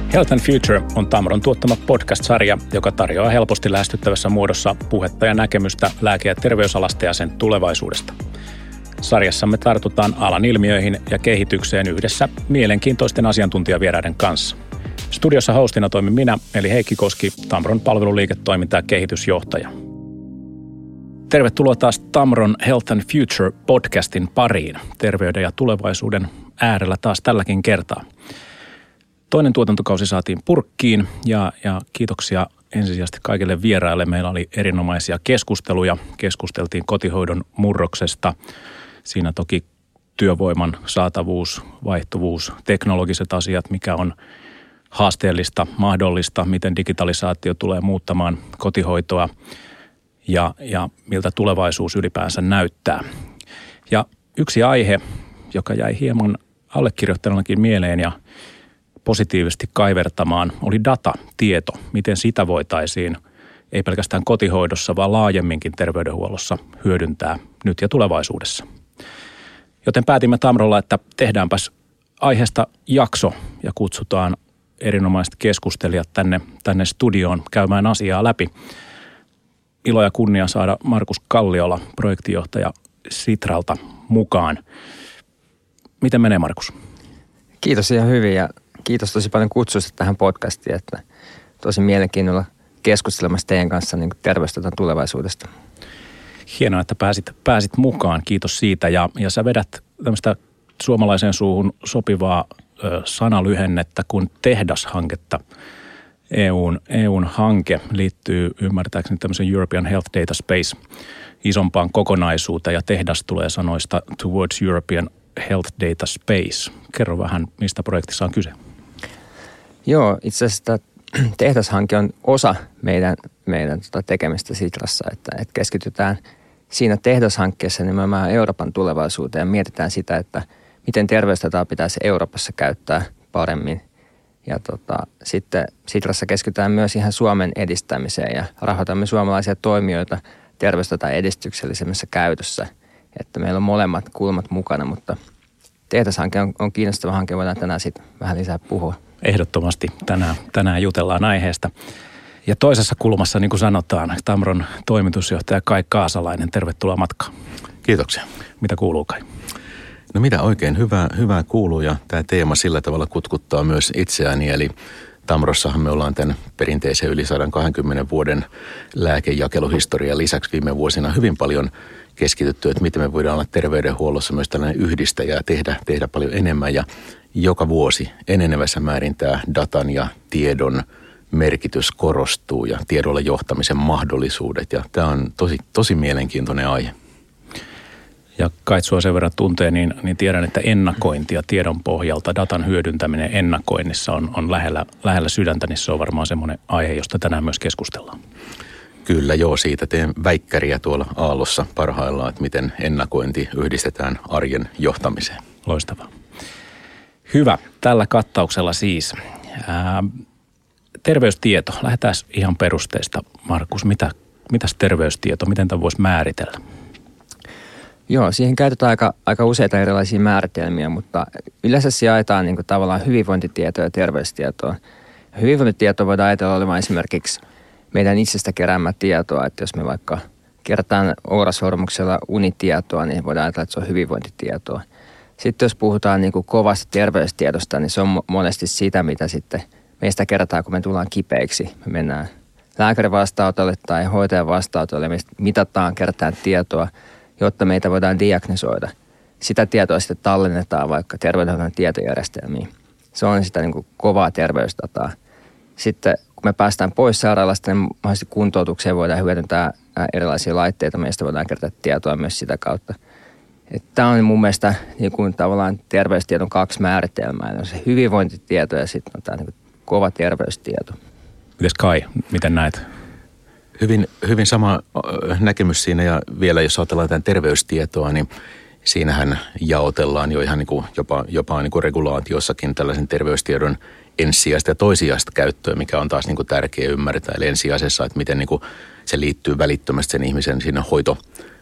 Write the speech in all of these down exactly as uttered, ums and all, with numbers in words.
Health and Future on Tamron tuottama podcast-sarja, joka tarjoaa helposti lähestyttävässä muodossa puhetta ja näkemystä lääke- ja terveysalasta ja sen tulevaisuudesta. Sarjassamme tartutaan alan ilmiöihin ja kehitykseen yhdessä mielenkiintoisten asiantuntijavieraiden kanssa. Studiossa hostina toimin minä, eli Heikki Koski, Tamron palveluliiketoiminta- ja kehitysjohtaja. Tervetuloa taas Tamron Health and Future podcastin pariin. Terveyden ja tulevaisuuden äärellä taas tälläkin kertaa. Toinen tuotantokausi saatiin purkkiin ja, ja kiitoksia ensisijaisesti kaikille vieraille. Meillä oli erinomaisia keskusteluja. Keskusteltiin kotihoidon murroksesta. Siinä toki työvoiman saatavuus, vaihtuvuus, teknologiset asiat, mikä on haasteellista, mahdollista, miten digitalisaatio tulee muuttamaan kotihoitoa ja, ja miltä tulevaisuus ylipäänsä näyttää. Ja yksi aihe, joka jäi hieman allekirjoittanellakin mieleen ja positiivisesti kaivertamaan, oli data, tieto, miten sitä voitaisiin ei pelkästään kotihoidossa, vaan laajemminkin terveydenhuollossa hyödyntää nyt ja tulevaisuudessa. Joten päätimme Tamrolla, että tehdäänpäs aiheesta jakso ja kutsutaan erinomaiset keskustelijat tänne, tänne studioon käymään asiaa läpi. Ilo ja kunnia saada Markus Kalliola, projektijohtaja Sitralta, mukaan. Miten menee, Markus? Kiitos ihan hyvin ja kiitos tosi paljon kutsusta tähän podcastiin, että tosi mielenkiinnolla keskustelemassa teidän kanssa niin terveystotan tulevaisuudesta. Hienoa, että pääsit, pääsit mukaan. Kiitos siitä. Ja, ja sä vedät tämmöistä suomalaiseen suuhun sopivaa ö, sanalyhennettä kuin tehdashanketta. E U:n, E U:n hanke liittyy ymmärtääkseni tämmöisen European Health Data Space isompaan kokonaisuuteen ja tehdas tulee sanoista Towards European Health Data Space. Kerro vähän, mistä projektissa on kyse. Joo, itse asiassa tehdashanke on osa meidän, meidän tota tekemistä Sitrassa, että, että keskitytään siinä tehdashankkeessa nimenomaan Euroopan tulevaisuuteen ja mietitään sitä, että miten terveysdataa pitäisi Euroopassa käyttää paremmin. Ja tota, sitten Sitrassa keskitytään myös ihan Suomen edistämiseen ja rahoitamme suomalaisia toimijoita terveysdataa edistyksellisemmässä käytössä. Että meillä on molemmat kulmat mukana, mutta tehdashanke on, on kiinnostava hanke, voidaan tänään sitten vähän lisää puhua. Ehdottomasti tänään, tänään jutellaan aiheesta. Ja toisessa kulmassa, niin kuin sanotaan, Tamron toimitusjohtaja Kai Kaasalainen, tervetuloa matkaan. Kiitoksia. Mitä kuuluu, Kai? No mitä oikein hyvää, hyvää kuuluu ja tämä teema sillä tavalla kutkuttaa myös itseäni, eli Tamrossahan me ollaan tämän perinteisen yli sata kaksikymmentä vuoden lääkejakeluhistorian lisäksi viime vuosina hyvin paljon keskitytty, että miten me voidaan olla terveydenhuollossa myös tällainen yhdistäjä ja tehdä, tehdä paljon enemmän. Ja joka vuosi enenevässä määrin tämä datan ja tiedon merkitys korostuu ja tiedolla johtamisen mahdollisuudet. Ja tämä on tosi, tosi mielenkiintoinen aihe. Ja Kait sua sen verran tuntee, niin, niin tiedän, että ennakointi ja tiedon pohjalta datan hyödyntäminen ennakoinnissa on, on lähellä, lähellä sydäntä, niin se on varmaan semmoinen aihe, josta tänään myös keskustellaan. Kyllä joo, siitä teen väikkäriä tuolla Aallossa parhaillaan, että miten ennakointi yhdistetään arjen johtamiseen. Loistavaa. Hyvä, tällä kattauksella siis. Ää, terveystieto, lähdetään ihan perusteista. Markus, mitä, mitäs terveystieto, miten tämä voisi määritellä? Joo, siihen käytetään aika, aika useita erilaisia määritelmiä, mutta yleensä se jaetaan niin kuin tavallaan hyvinvointitietoa ja terveystietoa. Hyvinvointitietoa voidaan ajatella olevan esimerkiksi meidän itsestä keräämää tietoa, että jos me vaikka kerätään Oura-sormuksella unitietoa, niin voidaan ajatella, että se on hyvinvointitietoa. Sitten jos puhutaan niin kuin kovasta terveystiedosta, niin se on monesti sitä, mitä sitten meistä kerätään, kun me tullaan kipeiksi. Me mennään lääkärin vastaanotolle tai hoitajan vastaanotolle ja me mitataan, kerätään tietoa, jotta meitä voidaan diagnosoida. Sitä tietoa sitten tallennetaan vaikka terveydenhuollon tietojärjestelmiin. Se on sitä niin kuin kovaa terveysdataa. Sitten kun me päästään pois sairaalasta, niin mahdollisesti kuntoutukseen voidaan hyödyntää erilaisia laitteita. Meistä voidaan kerätä tietoa myös sitä kautta. Tämä on mun mielestä niin kuin tavallaan terveystiedon kaksi määritelmää. On se hyvinvointitieto ja sitten on tämä niin kuin kova terveystieto. Mites Kai, miten näet? Hyvin, hyvin sama näkemys siinä ja vielä jos ajatellaan tämän terveystietoa, niin siinähän jaotellaan jo ihan niin kuin jopa, jopa niin kuin regulaatiossakin tällaisen terveystiedon ensisijaista ja toisijaista käyttöä, mikä on taas niin kuin tärkeä ymmärtää. Eli ensisijaisessa, että miten niin kuin se liittyy välittömästi sen ihmisen siinä hoito,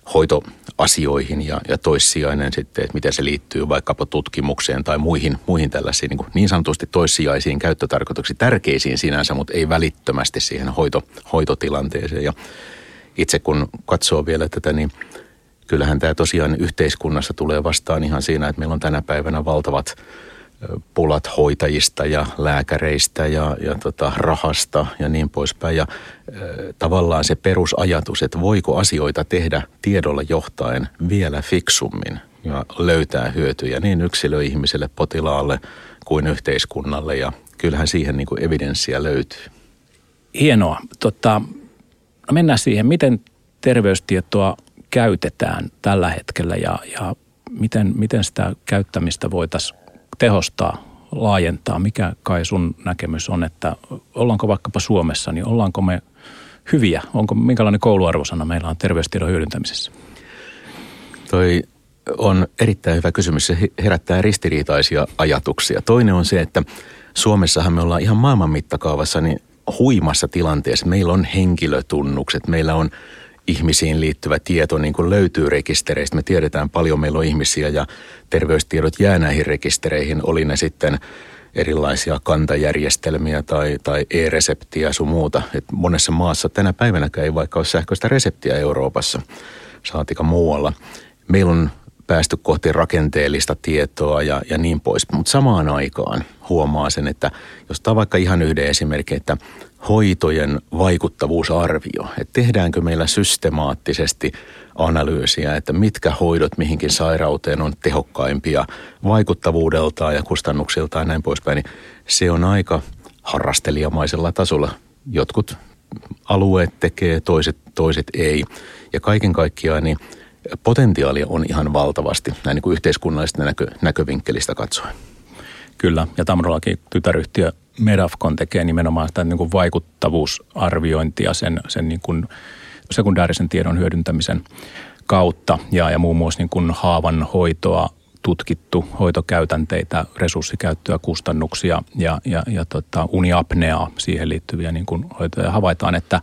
hoitoasioihin ja, ja toissijainen sitten, että miten se liittyy vaikkapa tutkimukseen tai muihin, muihin tällaisiin niin, niin sanotusti toissijaisiin käyttötarkoituksiin, tärkeisiin sinänsä, mutta ei välittömästi siihen hoito, hoitotilanteeseen. Ja itse kun katsoo vielä tätä, niin kyllähän tämä tosiaan yhteiskunnassa tulee vastaan ihan siinä, että meillä on tänä päivänä valtavat pulat hoitajista ja lääkäreistä ja, ja tota, rahasta ja niin poispäin. Ja äh, tavallaan se perusajatus, että voiko asioita tehdä tiedolla johtaen vielä fiksummin ja löytää hyötyjä niin yksilöihmiselle, potilaalle kuin yhteiskunnalle. Ja kyllähän siihen niin kuin evidenssiä löytyy. Hienoa. Tota, no mennään siihen, miten terveystietoa käytetään tällä hetkellä ja, ja miten, miten sitä käyttämistä voitaisiin tehostaa, laajentaa. Mikä kai sun näkemys on, että ollaanko vaikkapa Suomessa, niin ollaanko me hyviä? Onko, minkälainen kouluarvosana meillä on terveystiedon hyödyntämisessä? Toi on erittäin hyvä kysymys. Se herättää ristiriitaisia ajatuksia. Toinen on se, että Suomessahan me ollaan ihan maailman mittakaavassa niin huimassa tilanteessa. Meillä on henkilötunnukset, meillä on ihmisiin liittyvä tieto niin kuin löytyy rekistereistä. Me tiedetään paljon, meillä on ihmisiä ja terveystiedot jää näihin rekistereihin. Oli ne sitten erilaisia kantajärjestelmiä tai, tai e-reseptiä sun muuta. Et monessa maassa tänä päivänäkään ei vaikka ole sähköistä reseptiä Euroopassa, saatika muualla. Meillä on päästy kohti rakenteellista tietoa ja, ja niin pois. Mutta samaan aikaan huomaa sen, että jos tämä vaikka ihan yhden esimerkin, että hoitojen vaikuttavuusarvio, että tehdäänkö meillä systemaattisesti analyysiä, että mitkä hoidot mihinkin sairauteen on tehokkaimpia vaikuttavuudeltaan ja kustannuksiltaan ja näin poispäin, niin se on aika harrastelijamaisella tasolla. Jotkut alueet tekee, toiset, toiset ei. Ja kaiken kaikkiaan niin potentiaalia on ihan valtavasti näin niin kuin yhteiskunnallisesta näkö, näkövinkkelistä katsoen. Kyllä, ja Tamrollakin tytäryhtiö Medafcon tekee nimenomaan sitä niin kuin vaikuttavuusarviointia sen, sen niin kuin sekundäärisen tiedon hyödyntämisen kautta ja, ja muun muassa niin kuin haavan hoitoa tutkittu, hoitokäytänteitä, resurssikäyttöä, kustannuksia ja, ja, ja tota, uniapneaa siihen liittyviä niin kuin hoitoja. Havaitaan, että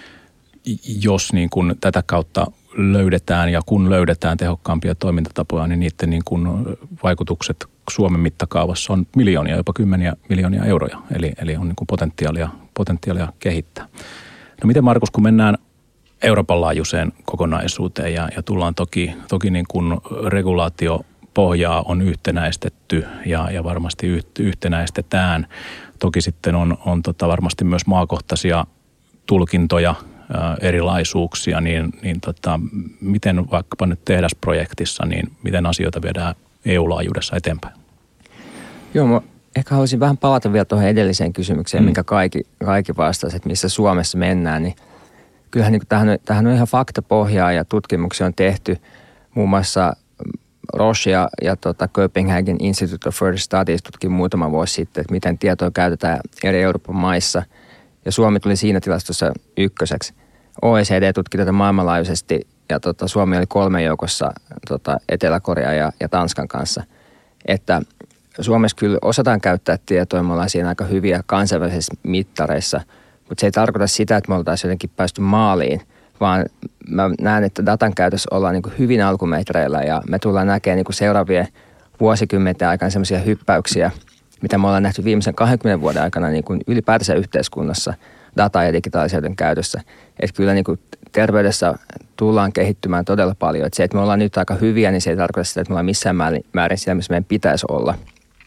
jos niin kuin tätä kautta löydetään ja kun löydetään tehokkaampia toimintatapoja, niin niiden niin kuin vaikutukset Suomen mittakaavassa on miljoonia, jopa kymmeniä miljoonia euroja. Eli, eli on niin kuin potentiaalia, potentiaalia kehittää. No miten Markus, kun mennään Euroopan laajuiseen kokonaisuuteen ja, ja tullaan toki, toki niin kuin regulaatiopohjaa on yhtenäistetty ja, ja varmasti yhtenäistetään. Toki sitten on, on tota varmasti myös maakohtaisia tulkintoja, erilaisuuksia, niin, niin tota, miten vaikkapa nyt tehdasprojektissa, niin miten asioita viedään E U-laajuudessa eteenpäin? Joo, mä ehkä haluaisin vähän palata vielä tuohon edelliseen kysymykseen, mm. minkä kaikki, kaikki vastasivat, että missä Suomessa mennään, niin kyllähän niin tähän, tähän on ihan faktapohjaa ja tutkimuksia on tehty. Muun muassa Roche ja, ja tota Copenhagen Institute of Further Studies tutki muutama vuosi sitten, että miten tietoa käytetään eri Euroopan maissa. Ja Suomi tuli siinä tilastossa ykköseksi. O E C D tutki tätä maailmanlaajuisesti ja tota, Suomi oli kolmen joukossa tota, Etelä-Korea ja, ja Tanskan kanssa. Että Suomessa kyllä osataan käyttää tietoa, me ollaan siinä aika hyviä kansainvälisissä mittareissa, mutta se ei tarkoita sitä, että me oltaisiin jotenkin päästy maaliin, vaan mä näen, että datan käytössä ollaan niin kuin hyvin alkumetreillä ja me tullaan näkemään niin kuin seuraavien vuosikymmenten aikana sellaisia hyppäyksiä, mitä me ollaan nähty viimeisen kahdenkymmenen vuoden aikana niin kuin ylipäätänsä yhteiskunnassa data- ja digitaalisuuden käytössä. Että kyllä niin kuin terveydessä tullaan kehittymään todella paljon. Että se, että me ollaan nyt aika hyviä, niin se ei tarkoita sitä, että me ollaan missään määrin siellä, missä meidän pitäisi olla.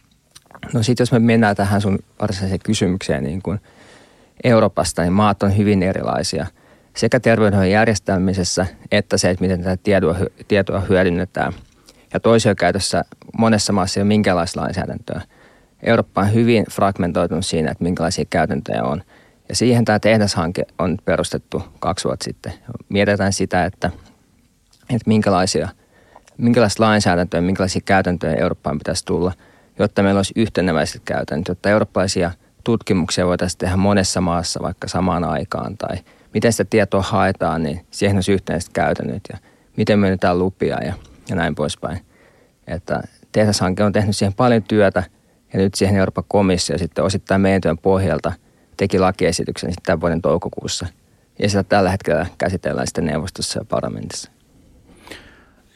No sitten jos me mennään tähän sun varsinaiseen kysymykseen niin kuin Euroopasta, niin maat on hyvin erilaisia. Sekä terveydenhoidon järjestelmisessä, että se, että miten tätä tietoa, tietoa hyödynnetään. Ja toisiokäytössä monessa maassa ei ole minkäänlaista lainsäädäntöä. Eurooppa on hyvin fragmentoitunut siinä, että minkälaisia käytäntöjä on. Ja siihen tämä tehdashanke on perustettu kaksi vuotta sitten. Mietitään sitä, että, että minkälaisia, minkälaista lainsäädäntöä, minkälaisia käytäntöjä Eurooppaan pitäisi tulla, jotta meillä olisi yhteneväiset käytännöt, jotta eurooppalaisia tutkimuksia voitaisiin tehdä monessa maassa vaikka samaan aikaan. Tai miten sitä tietoa haetaan, niin siihen olisi yhtenäiset käytännöt ja miten myönnetään lupia ja, ja näin poispäin. Että tehdashanke on tehnyt siihen paljon työtä. Ja nyt siihen Euroopan komissio sitten osittain meidän työn pohjalta teki lakiesityksen sitten tämän vuoden toukokuussa. Ja sitä tällä hetkellä käsitellään sitten neuvostossa ja parlamentissa.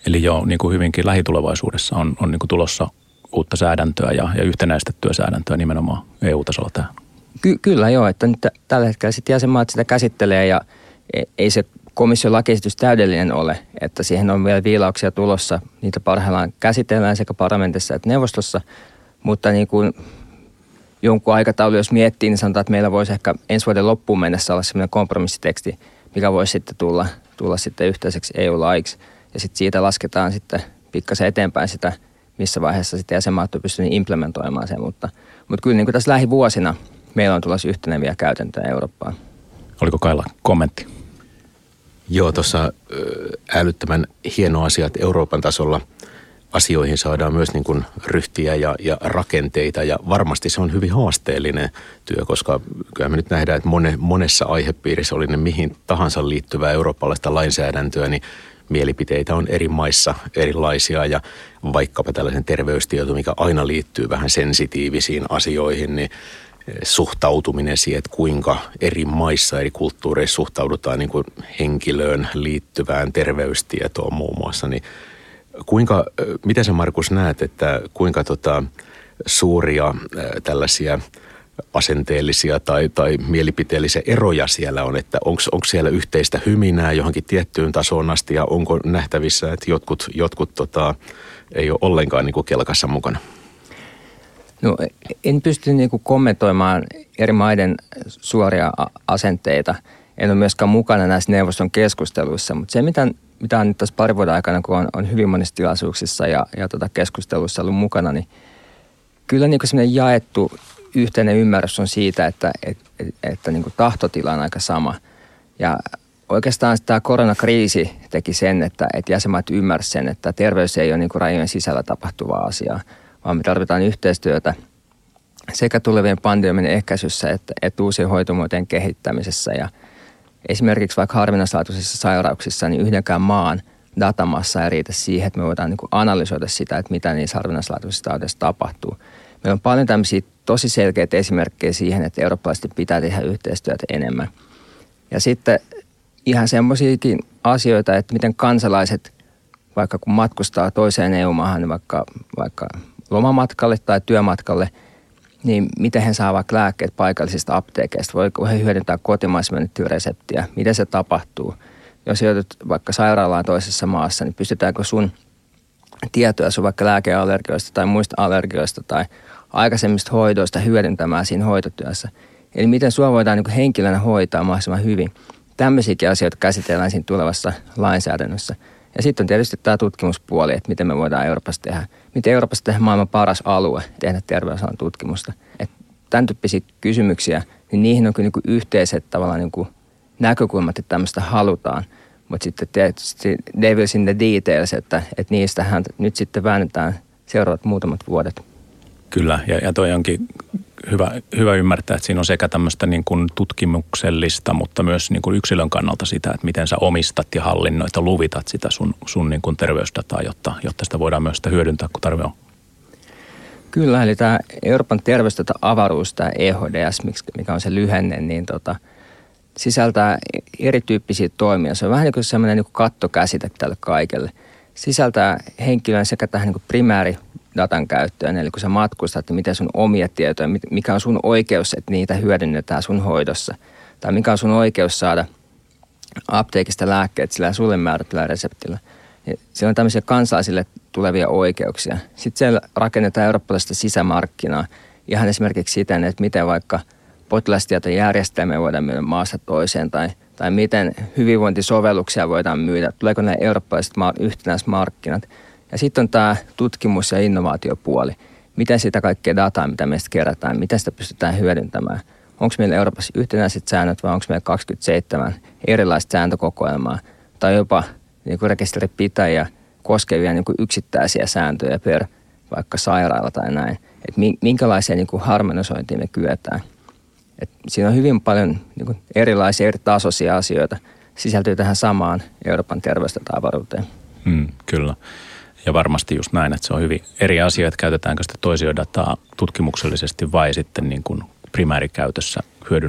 Eli jo niin kuin hyvinkin lähitulevaisuudessa on, on niin kuin tulossa uutta säädäntöä ja, ja yhtenäistettyä säädäntöä nimenomaan E U-tasolla tähän. Ky- kyllä joo, että nyt tällä hetkellä sitten jäsenmaat sitä käsittelee ja ei se komission lakiesitys täydellinen ole, että siihen on vielä viilauksia tulossa. Niitä parhaillaan käsitellään sekä parlamentissa että neuvostossa, mutta niin kuin jonkun aikataulu, jos miettii, niin sanotaan, että meillä voisi ehkä ensi vuoden loppuun mennessä olla sellainen kompromissiteksti, mikä voisi sitten tulla, tulla sitten yhteiseksi E U-laiksi. Ja sitten siitä lasketaan sitten pikkasen eteenpäin sitä, missä vaiheessa sitten jäsenmaat on pystynyt implementoimaan sen. Mutta, mutta kyllä niin kuin tässä lähivuosina meillä on tulossa yhteneviä käytäntöjä Eurooppaan. Oliko Kailla kommentti? Joo, tuossa älyttömän hieno asia, että Euroopan tasolla asioihin saadaan myös niin kuin ryhtiä ja, ja rakenteita ja varmasti se on hyvin haasteellinen työ, koska kyllä me nyt nähdään, että mone, monessa aihepiirissä oli ne mihin tahansa liittyvää eurooppalaista lainsäädäntöä, niin mielipiteitä on eri maissa erilaisia ja vaikkapa tällaisen terveystieto, mikä aina liittyy vähän sensitiivisiin asioihin, niin suhtautuminen siihen, että kuinka eri maissa, eri kulttuureissa suhtaudutaan niin kuin henkilöön liittyvään terveystietoon muun muassa, niin kuinka, miten sä Markus näet, että kuinka tota suuria äh, tällaisia asenteellisia tai, tai mielipiteellisiä eroja siellä on, että onko siellä yhteistä hyminää johonkin tiettyyn tasoon asti ja onko nähtävissä, että jotkut, jotkut tota, ei ole ollenkaan niin kuin kelkassa mukana? No en pysty niin kuin kommentoimaan eri maiden suoria asenteita. En ole myöskään mukana näissä neuvoston keskusteluissa, mutta se mitä, mitä on nyt tässä parin vuoden aikana, kun on, on hyvin monissa tilaisuuksissa ja, ja tota keskusteluissa ollut mukana, niin kyllä niin kuin sellainen jaettu yhteinen ymmärrys on siitä, että, että, että niin kuin tahtotila on aika sama. Ja oikeastaan tämä koronakriisi teki sen, että, että jäsenmaat ymmärsivät sen, että terveys ei ole niin kuin rajojen sisällä tapahtuvaa asiaa, vaan me tarvitaan yhteistyötä sekä tulevien pandemian ehkäisyssä että, että uusien hoitomuotojen kehittämisessä. Ja esimerkiksi vaikka harvinaislaatuisissa sairauksissa, niin yhdenkään maan datamassa ei riitä siihen, että me voidaan niin kuin analysoida sitä, että mitä niissä harvinaislaatuisissa taudeissa tapahtuu. Meillä on paljon tämmöisiä tosi selkeitä esimerkkejä siihen, että eurooppalaisesti pitää tehdä yhteistyötä enemmän. Ja sitten ihan semmoisiakin asioita, että miten kansalaiset, vaikka kun matkustaa toiseen E U-maahan, niin vaikka, vaikka lomamatkalle tai työmatkalle, niin miten he saa vaikka lääkkeet paikallisista apteekeista, voiko he hyödyntää kotimaisen myönnettyä reseptiä, miten se tapahtuu. Jos joudut vaikka sairaalaan toisessa maassa, niin pystytäänkö sun tietoja sun vaikka lääkeallergioista tai muista allergioista tai aikaisemmista hoidoista hyödyntämään siinä hoitotyössä. Eli miten sua voidaan niin kuin henkilönä hoitaa mahdollisimman hyvin. Tämmöisiäkin asioita käsitellään siinä tulevassa lainsäädännössä. Ja sitten on tietysti tämä tutkimuspuoli, että miten me voidaan Euroopassa tehdä. Miten Euroopassa tehdä maailman paras alue tehdä terveysalan tutkimusta. Että tämän tyyppisiä kysymyksiä, niin niihin on kyllä niin kuin yhteiset tavallaan niin kuin näkökulmat, että tämmöistä halutaan. Mutta sitten tietysti devil's in the details, että, että niistähän nyt sitten väännetään seuraavat muutamat vuodet. Kyllä, ja, ja toi onkin hyvä, hyvä ymmärtää, että siinä on sekä tämmöistä niin kuin tutkimuksellista, mutta myös niin kuin yksilön kannalta sitä, että miten sä omistat ja hallinnoit ja luvitat sitä sun, sun niin kuin terveysdataa, jotta, jotta sitä voidaan myös sitä hyödyntää, kun tarve on. Kyllä, eli tämä Euroopan terveysdata-avaruus, tämä E H D S, mikä on se lyhenne, niin tota, sisältää erityyppisiä toimia. Se on vähän niin kuin semmoinen niin kuin kattokäsite tälle kaikelle. Sisältää henkilön sekä tähän niin kuin primääridatan käyttöön, eli kun sä matkustat, niin miten sun omia tietoja, mikä on sun oikeus, että niitä hyödynnetään sun hoidossa. Tai mikä on sun oikeus saada apteekista lääkkeet sillä sulle määrätyllä reseptillä. Ja siellä on tämmöisiä kansalaisille tulevia oikeuksia. Sitten siellä rakennetaan eurooppalaista sisämarkkinaa ihan esimerkiksi siten, että miten vaikka potilastietojärjestelmiä voidaan myydä maasta toiseen tai, tai miten hyvinvointisovelluksia voidaan myydä. Tuleeko nämä eurooppalaiset yhtenäismarkkinat? Ja sitten on tämä tutkimus- ja innovaatiopuoli. Miten sitä kaikkea dataa, mitä meistä kerätään, miten sitä pystytään hyödyntämään? Onko meillä Euroopassa yhtenäiset säännöt vai onko meillä kaksikymmentäseitsemän erilaista sääntökokoelmaa tai jopa niin kuin rekisterinpitäjiä koskevia niin kuin yksittäisiä sääntöjä per vaikka sairaala tai näin. Että minkälaisia niin kuin harmonisointia me kyetään. Et siinä on hyvin paljon niin kuin erilaisia eri tasoisia asioita sisältyy tähän samaan Euroopan terveysdata-avaruuteen. Hmm, kyllä. Ja varmasti just näin, että se on hyvin eri asia, että käytetäänkö sitä toisiodataa tutkimuksellisesti vai sitten niin kuin primäärikäytössä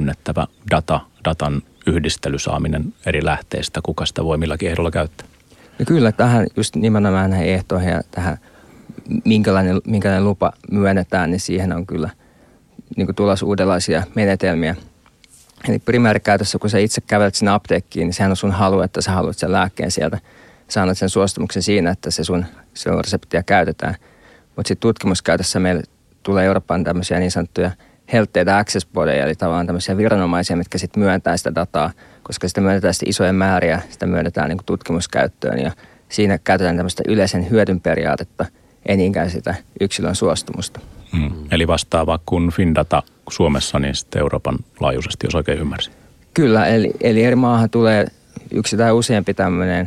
hyödynnettävä data, datan yhdistely, saaminen eri lähteistä, kuka sitä voi milläkin ehdolla käyttää. Ja kyllä tähän just nimenomaan näihin ehtoihin ja tähän minkälainen, minkälainen lupa myönnetään, niin siihen on kyllä niin kuin tulossa uudenlaisia menetelmiä. Eli primäärikäytössä, kun sä itse kävelet sinne apteekkiin, niin sehän on sun halu, että sä haluat sen lääkkeen sieltä. Sä annat sen suostumuksen siinä, että se sun, sun reseptiä käytetään. Mutta sitten tutkimuskäytössä meillä tulee Eurooppaan tämmöisiä niin sanottuja health data access bodyja, eli tavallaan tämmöisiä viranomaisia, mitkä sitten myöntää sitä dataa, koska sitä myönnetään sitten isoja määriä, sitä myönnetään niin kuin tutkimuskäyttöön ja siinä käytetään tämmöistä yleisen hyödyn periaatetta, ei niinkään sitä yksilön suostumusta. Hmm. Eli vastaava kuin Findata Suomessa, niin sitten Euroopan laajuisesti, jos oikein ymmärsin. Kyllä, eli, eli eri maahan tulee yksi tai useampi tämmöinen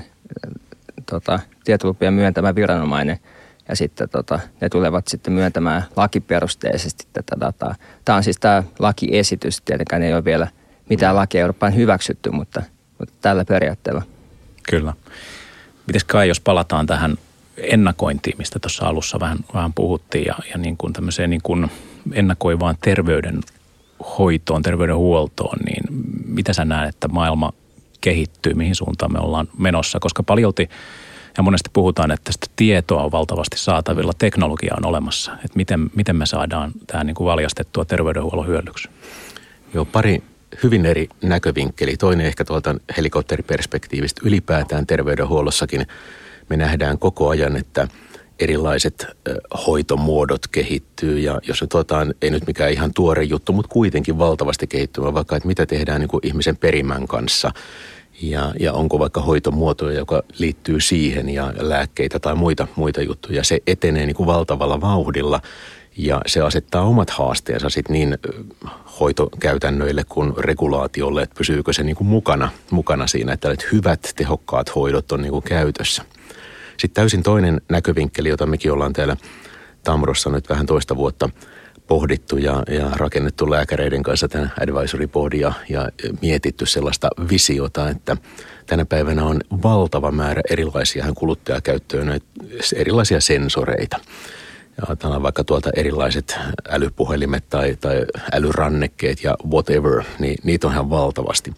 tota, tietolupia myöntämä viranomainen, ja sitten tota, ne tulevat sitten myöntämään lakiperusteisesti tätä dataa. Tämä on siis tämä lakiesitys, tietenkään ei ole vielä mitään lakia Eurooppaan hyväksytty, mutta, mutta tällä periaatteella. Kyllä. Mites Kai, jos palataan tähän ennakointiin, mistä tuossa alussa vähän, vähän puhuttiin, ja, ja niin kuin tämmöiseen niin kuin ennakoivaan terveydenhoitoon, terveydenhuoltoon, niin mitä sä näet, että maailma kehittyy, mihin suuntaan me ollaan menossa, koska paljolti ja monesti puhutaan, että sitä tietoa on valtavasti saatavilla, teknologia on olemassa. Että miten, miten me saadaan tämä niin kuin valjastettua terveydenhuollon hyödyksi? Joo, pari hyvin eri näkövinkkeli. Toinen ehkä tuolta helikopteriperspektiivistä. Ylipäätään terveydenhuollossakin me nähdään koko ajan, että erilaiset hoitomuodot kehittyy. Ja jos nyt otetaan, ei nyt mikään ihan tuore juttu, mutta kuitenkin valtavasti kehittymään, vaikka että mitä tehdään niin kuin ihmisen perimän kanssa. Ja, ja onko vaikka hoitomuotoja, joka liittyy siihen ja lääkkeitä tai muita, muita juttuja. Se etenee niin kuin valtavalla vauhdilla ja se asettaa omat haasteensa sit niin hoitokäytännöille kuin regulaatiolle, että pysyykö se niin kuin mukana, mukana siinä, että hyvät, tehokkaat hoidot on niin kuin käytössä. Sitten täysin toinen näkövinkkeli, jota mekin ollaan täällä Tamrossa nyt vähän toista vuotta pohdittu ja, ja rakennettu lääkäreiden kanssa tämän advisory boardin ja, ja mietitty sellaista visiota, että tänä päivänä on valtava määrä erilaisia kuluttajakäyttöön erilaisia sensoreita. Ja ajatellaan vaikka tuolta erilaiset älypuhelimet tai, tai älyrannekkeet ja whatever, niin niitä on ihan valtavasti.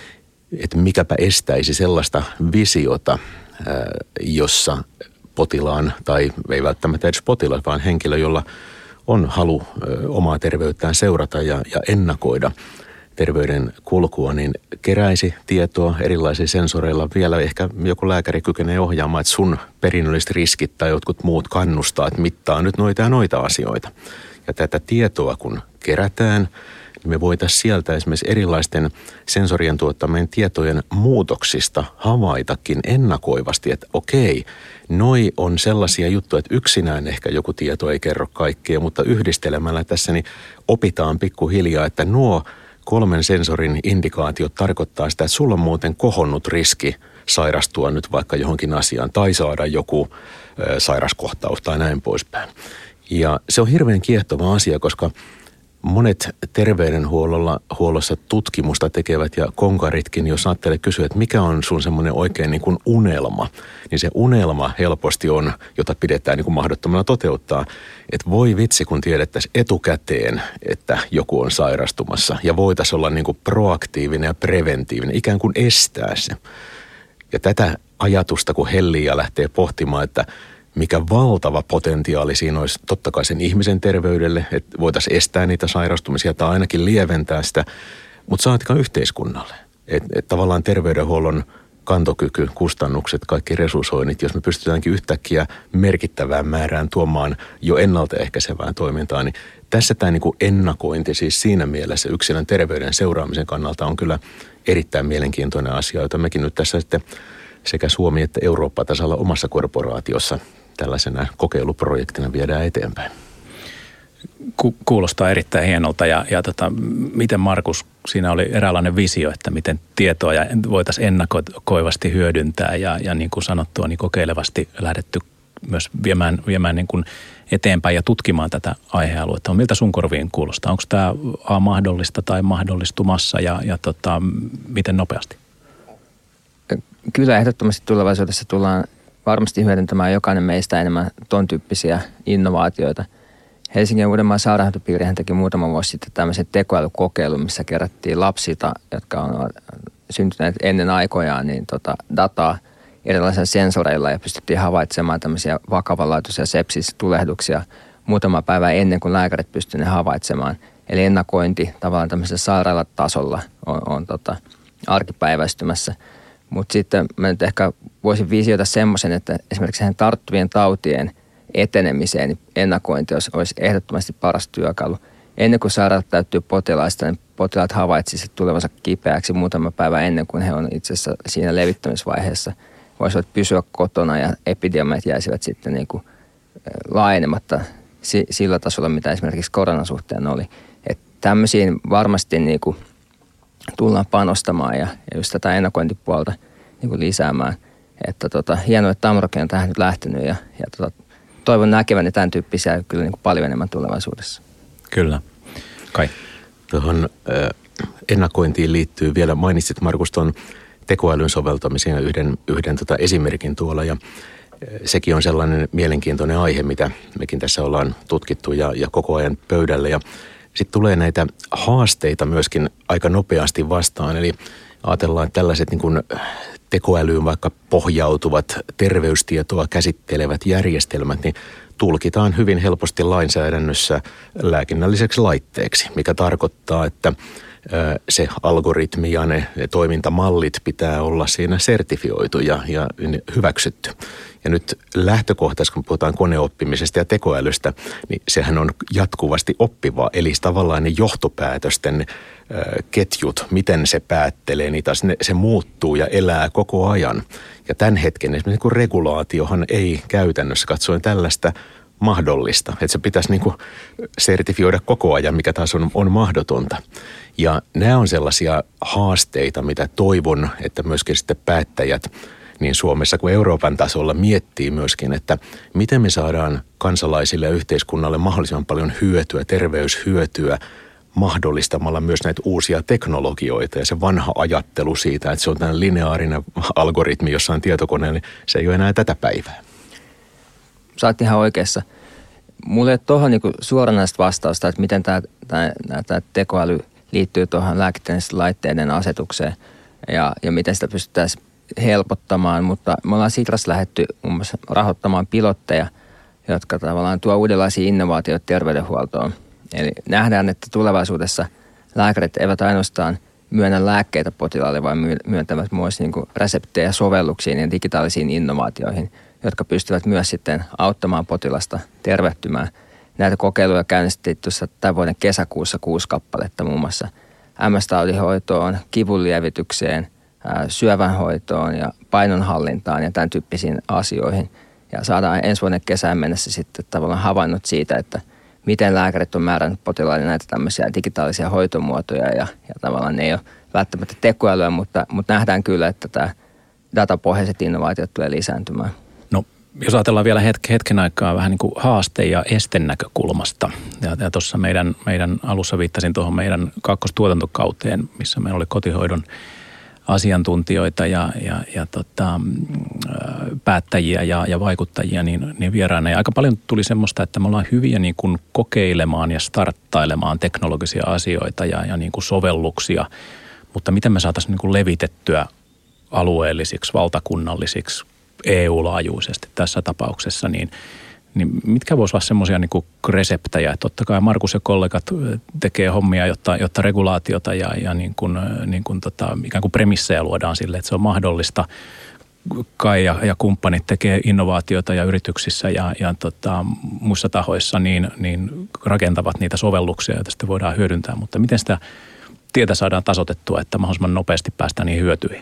Että mikäpä estäisi sellaista visiota, jossa potilaan, tai ei välttämättä edes potilas, vaan henkilö, jolla on halu ö, omaa terveyttään seurata ja, ja ennakoida terveyden kulkua, niin keräisi tietoa erilaisilla sensoreilla. Vielä ehkä joku lääkäri kykenee ohjaamaan, että sun perinnölliset riskit tai jotkut muut kannustaa, että mittaa nyt noita ja noita asioita. Ja tätä tietoa kun kerätään, niin me voitaisiin sieltä esimerkiksi erilaisten sensorien tuottamien tietojen muutoksista havaitakin ennakoivasti, että okei, noi on sellaisia juttuja, että yksinään ehkä joku tieto ei kerro kaikkea, mutta yhdistelemällä tässä niin opitaan pikkuhiljaa, että nuo kolmen sensorin indikaatiot tarkoittaa sitä, että sulla on muuten kohonnut riski sairastua nyt vaikka johonkin asiaan tai saada joku ö, sairaskohtaus tai näin poispäin. Ja se on hirveän kiehtova asia, koska monet terveydenhuollossa tutkimusta tekevät ja konkaritkin, jos ajattelee kysyä, että mikä on sun semmoinen oikein niin kuin unelma, niin se unelma helposti on, jota pidetään niin kuin mahdottomana toteuttaa. Että voi vitsi, kun tiedettäisiin etukäteen, että joku on sairastumassa ja voitaisiin olla niin kuin proaktiivinen ja preventiivinen, ikään kuin estää se. Ja tätä ajatusta, kun hellii ja lähtee pohtimaan, että mikä valtava potentiaali siinä olisi totta kai sen ihmisen terveydelle, että voitaisiin estää niitä sairastumisia tai ainakin lieventää sitä, mutta saatikaan yhteiskunnalle. Että et tavallaan terveydenhuollon kantokyky, kustannukset, kaikki resurssoinnit, jos me pystytäänkin yhtäkkiä merkittävään määrään tuomaan jo ennaltaehkäisevää toimintaa, niin tässä tämä niin kuin ennakointi siis siinä mielessä yksilön terveyden seuraamisen kannalta on kyllä erittäin mielenkiintoinen asia, jota mekin nyt tässä sitten sekä Suomi että Eurooppa tasalla omassa korporaatiossa tällaisena kokeiluprojektina viedään eteenpäin. Kuulostaa erittäin hienolta ja, ja tota, miten Markus, siinä oli eräänlainen visio, että miten tietoa ja voitaisiin ennakoivasti hyödyntää ja, ja niin kuin sanottua, niin kokeilevasti lähdetty myös viemään, viemään niin kuin eteenpäin ja tutkimaan tätä aihealuetta. Miltä sun korviin kuulostaa? Onko tämä A mahdollista tai mahdollistumassa ja, ja tota, miten nopeasti? Kyllä ehdottomasti tulevaisuudessa tullaan varmasti hyödyntämään jokainen meistä enemmän ton tyyppisiä innovaatioita. Helsingin ja Uudenmaan sairaanhoitopiirihän teki muutama vuosi sitten tämmöisen tekoälykokeilun, missä kerättiin lapsilta, jotka on syntyneet ennen aikojaan, niin tota, dataa. erilaisilla sensoreilla ja pystyttiin havaitsemaan tämmöisiä vakavanlaatuisia sepsistulehduksia muutama päivä ennen kuin lääkärit pystyivät ne havaitsemaan. Eli ennakointi tavallaan tämmöisellä sairaalatasolla on, on tota, arkipäiväistymässä. Mutta sitten mä nyt ehkä voisin visioida semmoisen, että esimerkiksi hänen tarttuvien tautien etenemiseen niin ennakointi olisi, olisi ehdottomasti paras työkalu. Ennen kuin sairaalat täyttyy potilaista, niin potilaat havaitsisivat tulevansa kipeäksi muutama päivä ennen kuin he on itse asiassa siinä levittämisvaiheessa. Voisivat pysyä kotona ja epidemiat jäisivät sitten niin kuin laajenematta sillä tasolla, mitä esimerkiksi koronan suhteen oli. Että tämmöisiin varmasti niin kuin tullaan panostamaan ja, ja just tätä ennakointipuolta niin kuin lisäämään. Että tota, hienoa, että Tamrokin on tähän nyt lähtenyt ja, ja tota, toivon näkeväni tämän tyyppisiä kyllä niin kuin paljon enemmän tulevaisuudessa. Kyllä. Kai. Tuohon äh, ennakointiin liittyy vielä, mainitsit Markus tuon tekoälyn soveltamisen ja yhden, yhden tota esimerkin tuolla ja sekin on sellainen mielenkiintoinen aihe, mitä mekin tässä ollaan tutkittu ja, ja koko ajan pöydälle. Ja sitten tulee näitä haasteita myöskin aika nopeasti vastaan. Eli ajatellaan, että tällaiset niin kuin tekoälyyn vaikka pohjautuvat terveystietoa käsittelevät järjestelmät, niin tulkitaan hyvin helposti lainsäädännössä lääkinnälliseksi laitteeksi, mikä tarkoittaa, että se algoritmi ja ne, ne toimintamallit pitää olla siinä sertifioitu ja, ja hyväksytty. Ja nyt lähtökohtaisesti, kun puhutaan koneoppimisesta ja tekoälystä, niin sehän on jatkuvasti oppivaa. Eli tavallaan ne johtopäätösten äh, ketjut, miten se päättelee niitä, se, se muuttuu ja elää koko ajan. Ja tämän hetken esimerkiksi kun regulaatiohan ei käytännössä katsoen tällaista mahdollista. Että se pitäisi niin kuin sertifioida koko ajan, mikä taas on, on mahdotonta. Ja nämä on sellaisia haasteita, mitä toivon, että myöskin sitten päättäjät niin Suomessa kuin Euroopan tasolla miettii myöskin, että miten me saadaan kansalaisille ja yhteiskunnalle mahdollisimman paljon hyötyä, terveyshyötyä mahdollistamalla myös näitä uusia teknologioita. Ja se vanha ajattelu siitä, että se on tämän lineaarinen algoritmi jossain tietokoneella, niin se ei ole enää tätä päivää. Sä oot ihan oikeassa. Mulla ei ole tuohon niinku suoranaista vastausta, että miten tämä, tämä, tämä tekoäly liittyy tuohon lääketieteellisten laitteiden asetukseen ja, ja miten sitä pystyttäisiin helpottamaan, mutta me ollaan Sitrassa lähdetty muun muassa rahoittamaan pilotteja, jotka tavallaan tuo uudenlaisia innovaatioita terveydenhuoltoon. Eli nähdään, että tulevaisuudessa lääkärit eivät ainoastaan myönnä lääkkeitä potilaalle, vaan myöntävät myös niin kuin reseptejä sovelluksiin ja digitaalisiin innovaatioihin, jotka pystyvät myös sitten auttamaan potilasta tervehtymään. Näitä kokeiluja käynnistettiin tuossa tämän vuoden kesäkuussa kuusi kappaletta muun muassa M S-taudinhoitoon, kivunlievitykseen, syövänhoitoon ja painonhallintaan ja tämän tyyppisiin asioihin. Ja saadaan ensi vuoden kesään mennessä sitten tavallaan havainnot siitä, että miten lääkärit on määrännyt potilaille näitä tämmöisiä digitaalisia hoitomuotoja ja, ja tavallaan ne ei ole välttämättä tekoälyä, mutta, mutta nähdään kyllä, että tämä datapohjaiset innovaatiot tulee lisääntymään. No, jos ajatellaan vielä hetken, hetken aikaa vähän niin kuin haaste- ja estenäkökulmasta. Ja, ja tuossa meidän, meidän alussa viittasin tuohon meidän kakkostuotantokauteen, missä meillä oli kotihoidon asiantuntijoita ja, ja, ja tota, päättäjiä ja, ja vaikuttajia niin, niin vieraana. Ja aika paljon tuli semmoista, että me ollaan hyviä niin kuin kokeilemaan ja starttailemaan teknologisia asioita ja, ja niin kuin sovelluksia, mutta miten me saataisiin niin kuin levitettyä alueellisiksi, valtakunnallisiksi, E U-laajuisesti tässä tapauksessa, niin, niin mitkä voisi olla semmoisia niin kuin reseptejä? Totta kai Markus ja kollegat tekee hommia, jotta, jotta regulaatiota ja, ja niin kuin, niin kuin tota, ikään kuin premissejä luodaan sille, että se on mahdollista. Kai ja, ja kumppanit tekee innovaatioita ja yrityksissä ja, ja tota, muissa tahoissa niin, niin rakentavat niitä sovelluksia, joita sitten voidaan hyödyntää. Mutta miten sitä tietä saadaan tasoitettua, että mahdollisimman nopeasti päästään niihin hyötyihin?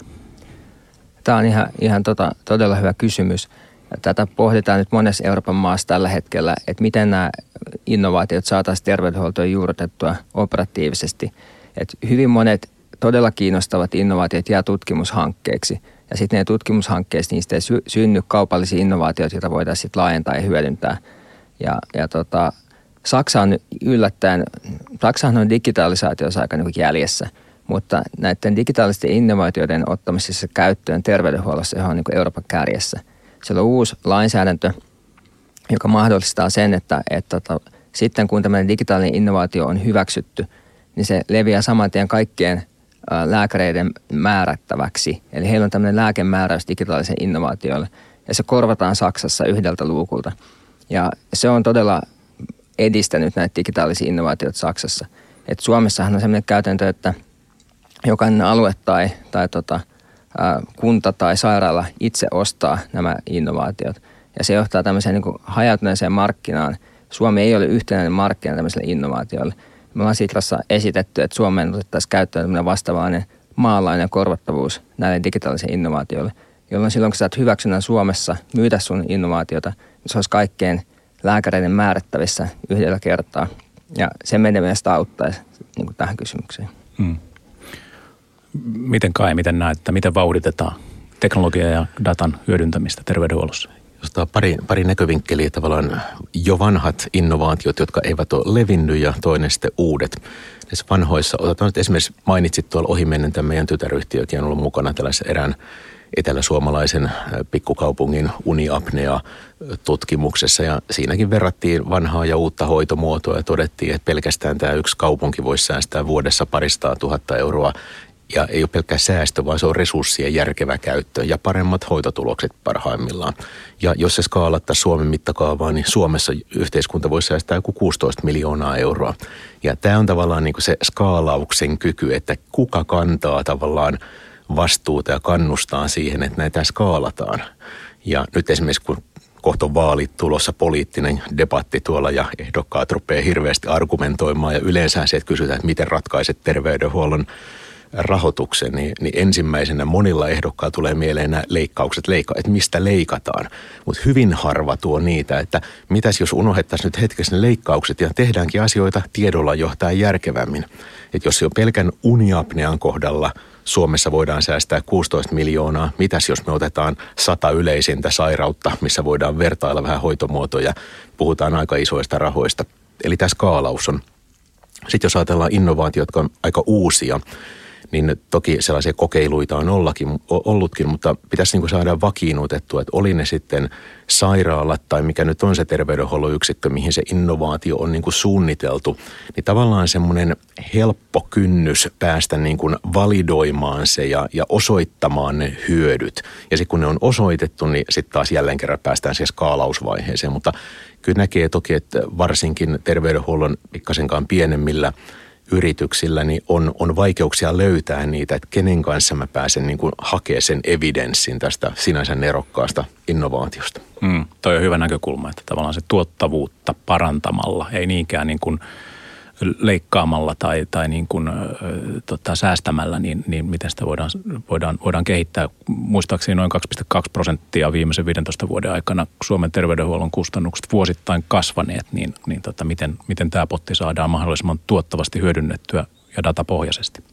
Tämä on ihan, ihan tota, todella hyvä kysymys. Tätä pohditaan nyt monessa Euroopan maassa tällä hetkellä, että miten nämä innovaatiot saataisiin terveydenhuoltoon juurrutettua operatiivisesti. Että hyvin monet todella kiinnostavat innovaatiot jää tutkimushankkeeksi. Ja sitten ne tutkimushankkeista niistä ei sy- synny kaupallisia innovaatioita, joita voidaan sitten laajentaa ja hyödyntää. Ja, ja tota, Saksa on yllättäen, Saksahan on digitalisaatiossa aika niin kuin jäljessä. Mutta näiden digitaalisten innovaatioiden ottamisessa käyttöön terveydenhuollossa johon on niin kuin Euroopan kärjessä. Siellä on uusi lainsäädäntö, joka mahdollistaa sen, että, että, että sitten kun tämmöinen digitaalinen innovaatio on hyväksytty, niin se leviää saman tien kaikkien lääkäreiden määrättäväksi. Eli heillä on tämmöinen lääkemääräys digitaaliseen innovaatioille ja se korvataan Saksassa yhdeltä luukulta. Ja se on todella edistänyt näitä digitaalisia innovaatioita Saksassa. Et Suomessahan on sellainen käytäntö, että jokainen alue tai, tai tota, ää, kunta tai sairaala itse ostaa nämä innovaatiot. Ja se johtaa tämmöiseen niin kuin hajautuneeseen markkinaan. Suomi ei ole yhtenäinen markkina tämmöiselle innovaatioille. Me ollaan Sitrassa esitetty, että Suomeen otettaisiin käyttöön tämmöinen vastaavainen maanlainen korvattavuus näille digitaalisille innovaatioille, jolloin silloin, kun sä oot hyväksynnän Suomessa myydä sun innovaatiota, niin se olisi kaikkein lääkäreiden määrättävissä yhdellä kertaa. Ja se meidän mielestä auttaisi niin kuin tähän kysymykseen. Hmm. Miten Kai, miten näet, että miten vauhditetaan teknologiaa ja datan hyödyntämistä terveydenhuollossa? Jostain pari, pari näkövinkkeliä tavallaan jo vanhat innovaatiot, jotka eivät ole levinnyt ja toinen sitten uudet. Näissä vanhoissa, otetaan nyt esimerkiksi mainitsit tuolla ohimennen tämän meidän tytäryhtiökin on ollut mukana tällaisessa erään eteläsuomalaisen pikkukaupungin uniapnea-tutkimuksessa ja siinäkin verrattiin vanhaa ja uutta hoitomuotoa ja todettiin, että pelkästään tämä yksi kaupunki voisi säästää vuodessa paristaa tuhatta euroa. Ja ei ole pelkkä säästö, vaan se on resurssien järkevä käyttö ja paremmat hoitotulokset parhaimmillaan. Ja jos se skaalattaisiin Suomen mittakaavaan, niin Suomessa yhteiskunta voisi säästää joku kuusitoista miljoonaa euroa. Ja tämä on tavallaan niin kuin se skaalauksen kyky, että kuka kantaa tavallaan vastuuta ja kannustaa siihen, että näitä skaalataan. Ja nyt esimerkiksi kun kohta on vaalit tulossa, poliittinen debatti tuolla ja ehdokkaat rupeaa hirveästi argumentoimaan ja yleensä se, että kysytään, että miten ratkaiset terveydenhuollon rahoituksen, niin, niin ensimmäisenä monilla ehdokkailla tulee mieleen nämä leikkaukset, leikka, että mistä leikataan. Mutta hyvin harva tuo niitä, että mitäs jos unohdettaisiin nyt hetkessä ne leikkaukset ja tehdäänkin asioita tiedolla johtaa järkevämmin. Että jos jo pelkän uniapnean kohdalla Suomessa voidaan säästää kuusitoista miljoonaa, mitäs jos me otetaan sata yleisintä sairautta, missä voidaan vertailla vähän hoitomuotoja, puhutaan aika isoista rahoista. Eli tämä skaalaus on. Sitten jos ajatellaan innovaatioita, jotka on aika uusia, niin toki sellaisia kokeiluita on ollakin, ollutkin, mutta pitäisi niin kuin saada vakiinnutettua, että oli ne sitten sairaalat tai mikä nyt on se terveydenhuollon yksikkö, mihin se innovaatio on niin kuin suunniteltu, niin tavallaan semmoinen helppo kynnys päästä niin kuin validoimaan se ja, ja osoittamaan ne hyödyt. Ja sitten kun ne on osoitettu, niin sitten taas jälleen kerran päästään siihen skaalausvaiheeseen, mutta kyllä näkee toki, että varsinkin terveydenhuollon pikkasenkaan pienemmillä yrityksillä niin on, on vaikeuksia löytää niitä, että kenen kanssa mä pääsen niin kuin hakemaan sen evidenssin tästä sinänsä nerokkaasta innovaatiosta. Mm, toi on hyvä näkökulma, että tavallaan se tuottavuutta parantamalla, ei niinkään niin kuin leikkaamalla tai, tai niin kuin, tota, säästämällä, niin, niin miten sitä voidaan, voidaan, voidaan kehittää. Muistaakseni noin kaksi pilkku kaksi prosenttia viimeisen viidentoista vuoden aikana Suomen terveydenhuollon kustannukset vuosittain kasvaneet, niin, niin tota, miten, miten tämä potti saadaan mahdollisimman tuottavasti hyödynnettyä ja datapohjaisesti.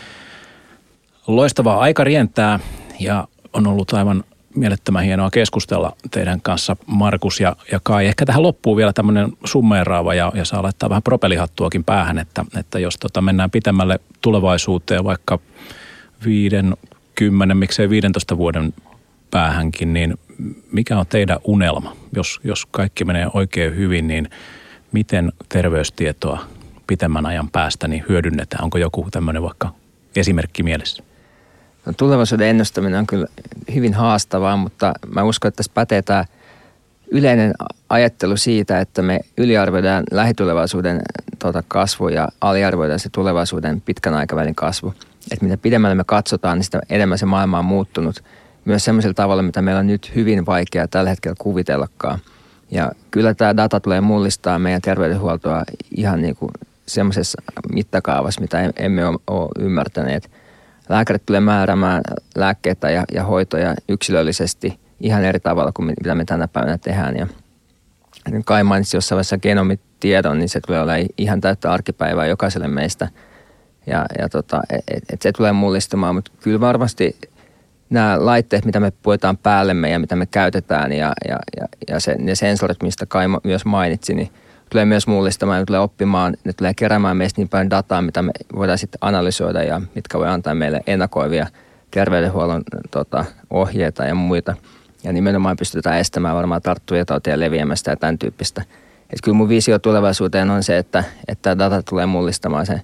Loistavaa, aika rientää ja on ollut aivan mielettömän hienoa keskustella teidän kanssa, Markus ja, ja Kai. Ehkä tähän loppuu vielä tämmöinen summeeraava ja, ja saa laittaa vähän propelihattuakin päähän, että, että jos tota mennään pitemmälle tulevaisuuteen vaikka viiden, kymmenen, miksei viidentoista vuoden päähänkin, niin mikä on teidän unelma? Jos, jos kaikki menee oikein hyvin, niin miten terveystietoa pitemmän ajan päästä niin hyödynnetään? Onko joku tämmöinen vaikka esimerkki mielessä? No, tulevaisuuden ennustaminen on kyllä hyvin haastavaa, mutta mä uskon, että tässä pätee tämä yleinen ajattelu siitä, että me yliarvioidaan lähitulevaisuuden tuota kasvu ja aliarvioidaan se tulevaisuuden pitkän aikavälin kasvu. Että mitä pidemmälle me katsotaan, niin sitä enemmän se maailma on muuttunut myös semmoisella tavalla, mitä meillä on nyt hyvin vaikea tällä hetkellä kuvitellakaan. Ja kyllä tämä data tulee mullistaa meidän terveydenhuoltoa ihan niin kuin semmoisessa mittakaavassa, mitä emme ole ymmärtäneet. Lääkärit tulee määräämään lääkkeitä ja, ja hoitoja yksilöllisesti ihan eri tavalla kuin mitä me tänä päivänä tehdään. Ja Kai mainitsi jossain vaiheessa genomitiedon, niin se tulee olla ihan täyttä arkipäivää jokaiselle meistä. Ja, ja tota, et, et se tulee mullistumaan, mutta kyllä varmasti nämä laitteet, mitä me puetaan päällemme ja mitä me käytetään ja, ja, ja, ja se, ne sensorit, mistä Kai myös mainitsi, niin tulee myös mullistamaan, ne tulee oppimaan, ne tulee keräämään meistä niin paljon dataa, mitä me voidaan sitten analysoida ja mitkä voi antaa meille ennakoivia terveydenhuollon tota, ohjeita ja muita. Ja nimenomaan pystytään estämään varmaan tarttuvia tautia leviämästä ja tämän tyyppistä. Et kyllä mun visio tulevaisuuteen on se, että, että data tulee mullistamaan sen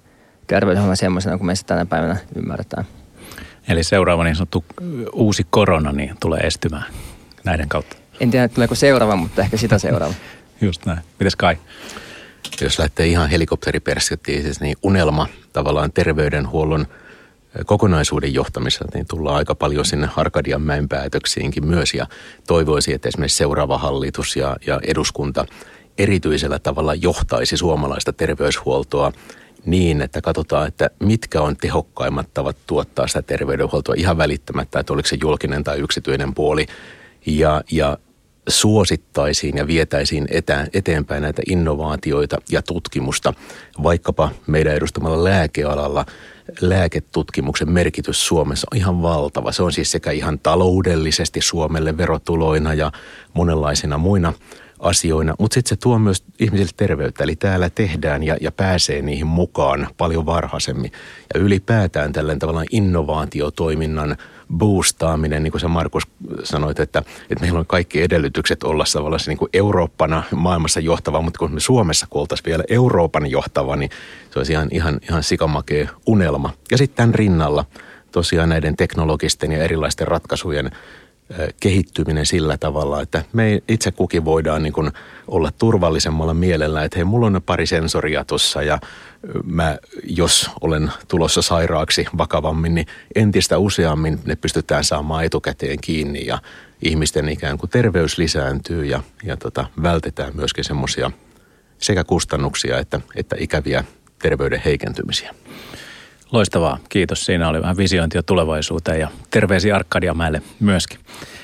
terveydenhuollon semmoisena, kun me sitä tänä päivänä ymmärretään. Eli seuraava niin sanottu uusi korona niin tulee estymään näiden kautta. En tiedä, tuleeko seuraava, mutta ehkä sitä seuraava. Just näin. Mites Kai? Jos lähtee ihan helikopteriperspektiivisesti, niin unelma tavallaan terveydenhuollon kokonaisuuden johtamisesta, niin tullaan aika paljon sinne Arkadianmäen päätöksiinkin myös. Ja toivoisin, että esimerkiksi seuraava hallitus ja, ja eduskunta erityisellä tavalla johtaisi suomalaista terveyshuoltoa niin, että katsotaan, että mitkä on tehokkaimmat tavat tuottaa sitä terveydenhuoltoa ihan välittämättä, että oliko se julkinen tai yksityinen puoli. Ja, ja suosittaisiin ja vietäisiin etä, eteenpäin näitä innovaatioita ja tutkimusta, vaikkapa meidän edustamalla lääkealalla. Lääketutkimuksen merkitys Suomessa on ihan valtava. Se on siis sekä ihan taloudellisesti Suomelle verotuloina ja monenlaisina muina asioina, mutta sitten se tuo myös ihmisille terveyttä, eli täällä tehdään ja, ja pääsee niihin mukaan paljon varhaisemmin. Ja ylipäätään tällainen tavallaan innovaatiotoiminnan boostaaminen, niin kuin sä Markus sanoit, että, että meillä on kaikki edellytykset olla tavallaan niin kuin Eurooppana maailmassa johtava, mutta kun me Suomessa kun oltaisiin vielä Euroopan johtava, niin se olisi ihan, ihan, ihan sikamakea unelma. Ja sitten tämän rinnalla tosiaan näiden teknologisten ja erilaisten ratkaisujen kehittyminen sillä tavalla, että me itse kukin voidaan niin kuin olla turvallisemmalla mielellä, että hei, mulla on pari sensoria tuossa ja mä, jos olen tulossa sairaaksi vakavammin, niin entistä useammin ne pystytään saamaan etukäteen kiinni ja ihmisten ikään kuin terveys lisääntyy ja, ja tota, vältetään myöskin semmoisia sekä kustannuksia että, että ikäviä terveyden heikentymisiä. Loistavaa. Kiitos. Siinä oli vähän visiointia tulevaisuuteen ja terveisiä Arkadianmäelle myöskin.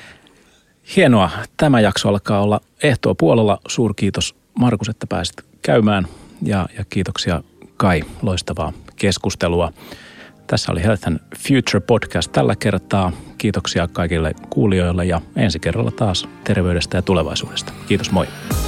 Hienoa. Tämä jakso alkaa olla ehtoa puolella. Suurkiitos Markus, että pääsit käymään ja, ja kiitoksia Kai. Loistavaa keskustelua. Tässä oli Health and Future podcast tällä kertaa. Kiitoksia kaikille kuulijoille ja ensi kerralla taas terveydestä ja tulevaisuudesta. Kiitos, moi.